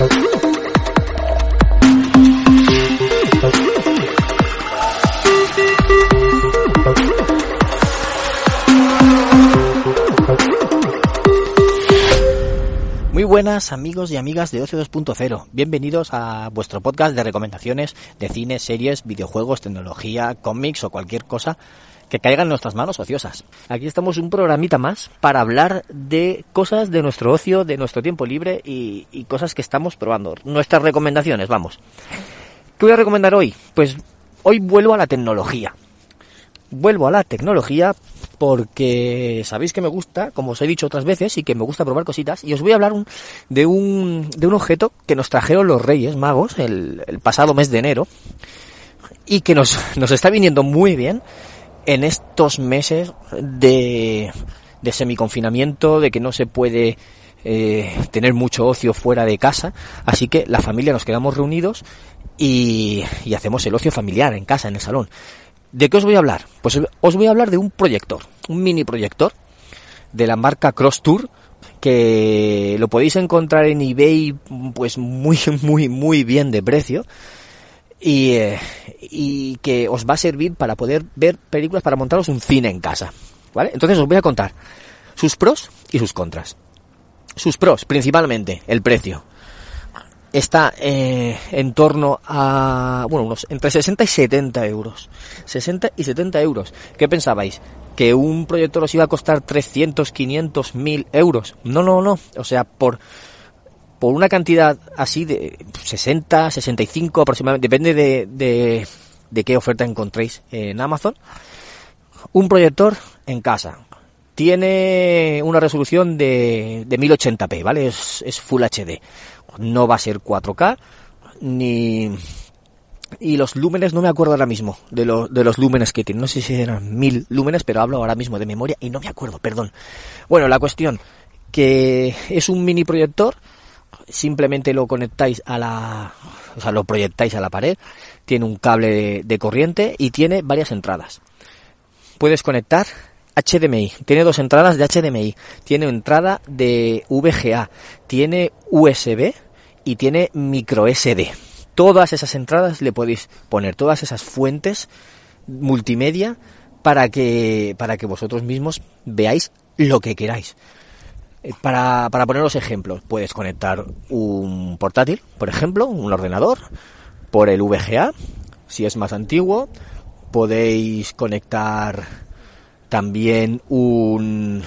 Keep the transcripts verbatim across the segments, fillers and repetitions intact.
Muy buenas amigos y amigas de Ocio dos punto cero, bienvenidos a vuestro podcast de recomendaciones de cine, series, videojuegos, tecnología, cómics o cualquier cosa que caiga en nuestras manos ociosas. Aquí estamos un programita más para hablar de cosas de nuestro ocio, de nuestro tiempo libre y, y cosas que estamos probando. Nuestras recomendaciones, vamos. ¿Qué voy a recomendar hoy? Pues hoy vuelvo a la tecnología. Vuelvo a la tecnología porque sabéis que me gusta, como os he dicho otras veces, y que me gusta probar cositas. Y os voy a hablar un, de un de un objeto que nos trajeron los Reyes Magos el, el pasado mes de enero y que nos, nos está viniendo muy bien en estos meses de, de semiconfinamiento, de que no se puede eh, tener mucho ocio fuera de casa. Así que la familia nos quedamos reunidos y, y hacemos el ocio familiar en casa, en el salón. ¿De qué os voy a hablar? Pues os voy a hablar de un proyector, un mini proyector de la marca Crosstour, que lo podéis encontrar en eBay pues muy, muy, muy bien de precio y, eh, y que os va a servir para poder ver películas, para montaros un cine en casa, ¿vale? Entonces os voy a contar sus pros y sus contras. Sus pros, principalmente, el precio. Está eh, en torno a, bueno, unos entre sesenta y setenta euros. sesenta y setenta euros. ¿Qué pensabais? ¿Que un proyector os iba a costar trescientos, quinientos, mil euros? No, no, no. O sea, por por una cantidad así de sesenta, sesenta y cinco aproximadamente, depende de, de, de qué oferta encontréis en Amazon. Un proyector en casa. Tiene una resolución de, de mil ochenta p, ¿vale? Es, es Full H D. No va a ser cuatro K, ni... Y los lúmenes, no me acuerdo ahora mismo de, lo, de los lúmenes que tiene. No sé si eran mil lúmenes, pero hablo ahora mismo de memoria y no me acuerdo, perdón. Bueno, la cuestión, que es un mini proyector, simplemente lo conectáis a la... O sea, lo proyectáis a la pared, tiene un cable de, de corriente y tiene varias entradas. Puedes conectar H D M I, tiene dos entradas de H D M I, tiene entrada de V G A, tiene U S B y tiene micro S D. Todas esas entradas le podéis poner, todas esas fuentes multimedia para que para que vosotros mismos veáis lo que queráis. Para, para poneros ejemplos, puedes conectar un portátil, por ejemplo, un ordenador, por el V G A. Si es más antiguo, podéis conectar también un,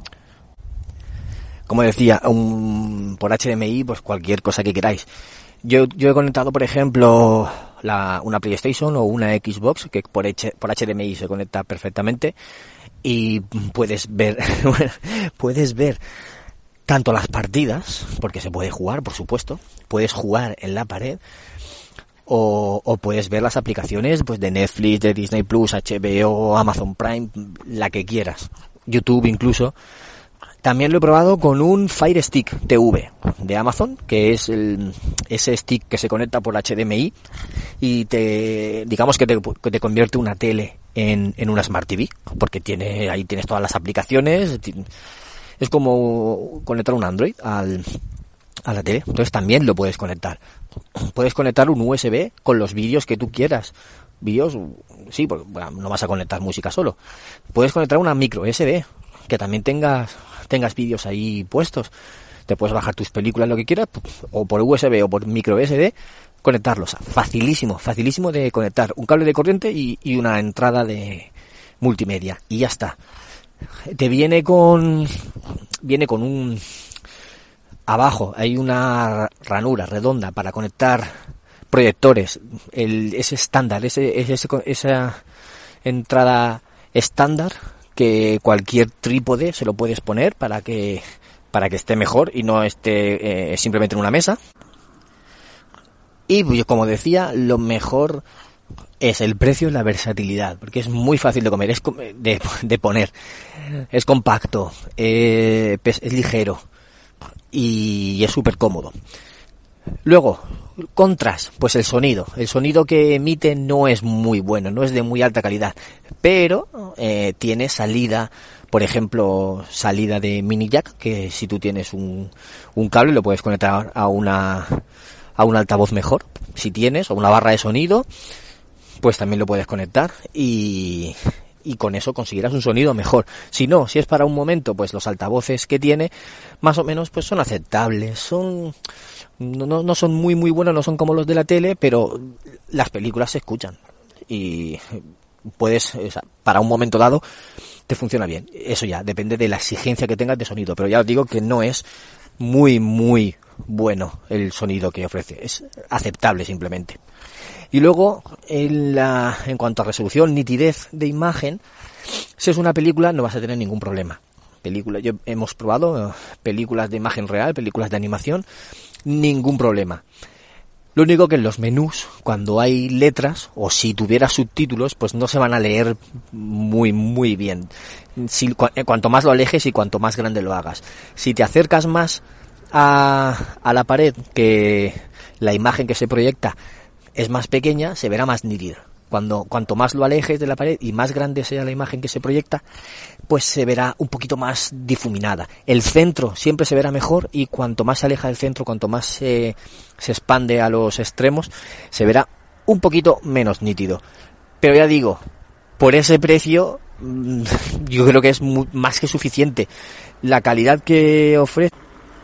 como decía, un por H D M I, pues cualquier cosa que queráis. Yo, yo he conectado, por ejemplo, la, una PlayStation o una Xbox, que por, H, por H D M I se conecta perfectamente y puedes ver, puedes ver tanto las partidas, porque se puede jugar, por supuesto, puedes jugar en la pared, O, o puedes ver las aplicaciones pues de Netflix, de Disney Plus, H B O, Amazon Prime, la que quieras, YouTube incluso. También lo he probado con un Fire Stick T V de Amazon, que es el, ese stick que se conecta por H D M I y te, digamos que te, que te convierte una tele en, en una Smart T V, porque tiene, ahí tienes todas las aplicaciones. Es como conectar un Android al a la tele, entonces también lo puedes conectar. Puedes conectar un U S B con los vídeos que tú quieras. Vídeos, sí, porque bueno, no vas a conectar música solo. Puedes conectar una micro S D, que también tengas tengas vídeos ahí puestos. Te puedes bajar tus películas, lo que quieras, o por U S B o por micro S D, conectarlos. Facilísimo, facilísimo de conectar. Un cable de corriente y, y una entrada de multimedia. Y ya está. Te viene con... Viene con un... Abajo hay una ranura redonda para conectar proyectores, el, ese estándar, ese, ese, esa entrada estándar que cualquier trípode se lo puedes poner para que para que esté mejor y no esté eh, simplemente en una mesa. Y pues, como decía, lo mejor es el precio y la versatilidad, porque es muy fácil de comer, es de, de poner, es compacto, eh, es ligero y es súper cómodo. Luego, contras, pues el sonido. El sonido que emite no es muy bueno, no es de muy alta calidad, pero eh, tiene salida por ejemplo, salida de mini jack, que si tú tienes un, un cable lo puedes conectar a una a un altavoz mejor, si tienes, o una barra de sonido, pues también lo puedes conectar y y con eso conseguirás un sonido mejor. Si no, si es para un momento, pues los altavoces que tiene, más o menos, pues son aceptables, son no, no son muy muy buenos, no son como los de la tele, pero las películas se escuchan y puedes, o sea, para un momento dado te funciona bien. Eso ya depende de la exigencia que tengas de sonido, pero ya os digo que no es muy muy bueno el sonido que ofrece, es aceptable simplemente. Y luego, en, la, en cuanto a resolución, nitidez de imagen, si es una película no vas a tener ningún problema. Película, yo hemos probado uh, películas de imagen real, películas de animación, ningún problema. Lo único que en los menús, cuando hay letras, o si tuviera subtítulos, pues no se van a leer muy, muy bien. Si, cu- cuanto más lo alejes y cuanto más grande lo hagas. Si te acercas más a, a la pared, que la imagen que se proyecta es más pequeña, se verá más nítida. Cuando, cuanto más lo alejes de la pared y más grande sea la imagen que se proyecta, pues se verá un poquito más difuminada. El centro siempre se verá mejor y cuanto más se aleja del centro, cuanto más se, se expande a los extremos, se verá un poquito menos nítido. Pero ya digo, por ese precio, yo creo que es muy, más que suficiente la calidad que ofrece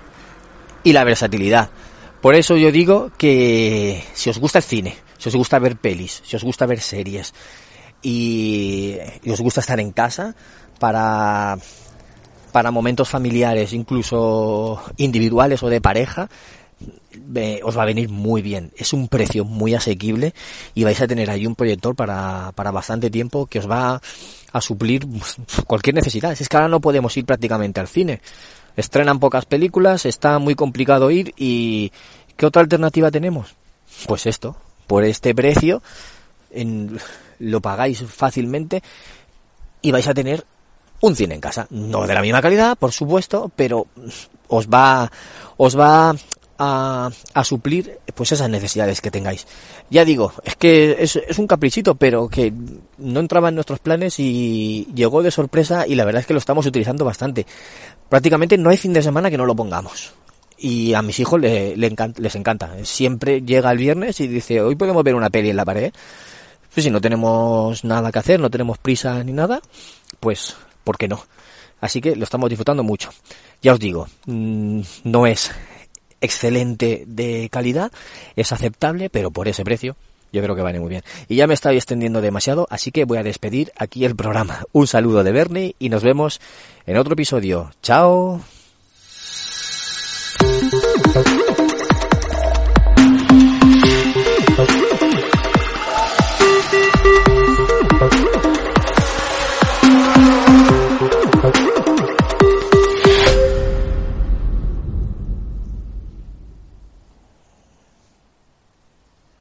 y la versatilidad. Por eso yo digo que si os gusta el cine, si os gusta ver pelis, si os gusta ver series y, y os gusta estar en casa para, para momentos familiares, incluso individuales o de pareja, eh, os va a venir muy bien. Es un precio muy asequible y vais a tener ahí un proyector para, para bastante tiempo que os va a suplir cualquier necesidad. Es que ahora no podemos ir prácticamente al cine. Estrenan pocas películas, está muy complicado ir y ¿qué otra alternativa tenemos? Pues esto, por este precio en, lo pagáis fácilmente y vais a tener un cine en casa. No de la misma calidad, por supuesto, pero os va os va a, a suplir pues esas necesidades que tengáis. Ya digo, es que es, es un caprichito, pero que no entraba en nuestros planes y llegó de sorpresa y la verdad es que lo estamos utilizando bastante. Prácticamente no hay fin de semana que no lo pongamos. Y a mis hijos le, le encanta, les encanta. Siempre llega el viernes y dice, hoy podemos ver una peli en la pared. Pues si no tenemos nada que hacer, no tenemos prisa ni nada, pues ¿por qué no? Así que lo estamos disfrutando mucho. Ya os digo, mmm, no es excelente de calidad, es aceptable, pero por ese precio yo creo que vale muy bien. Y ya me estoy extendiendo demasiado, así que voy a despedir aquí el programa. Un saludo de Bernie y nos vemos en otro episodio. ¡Chao!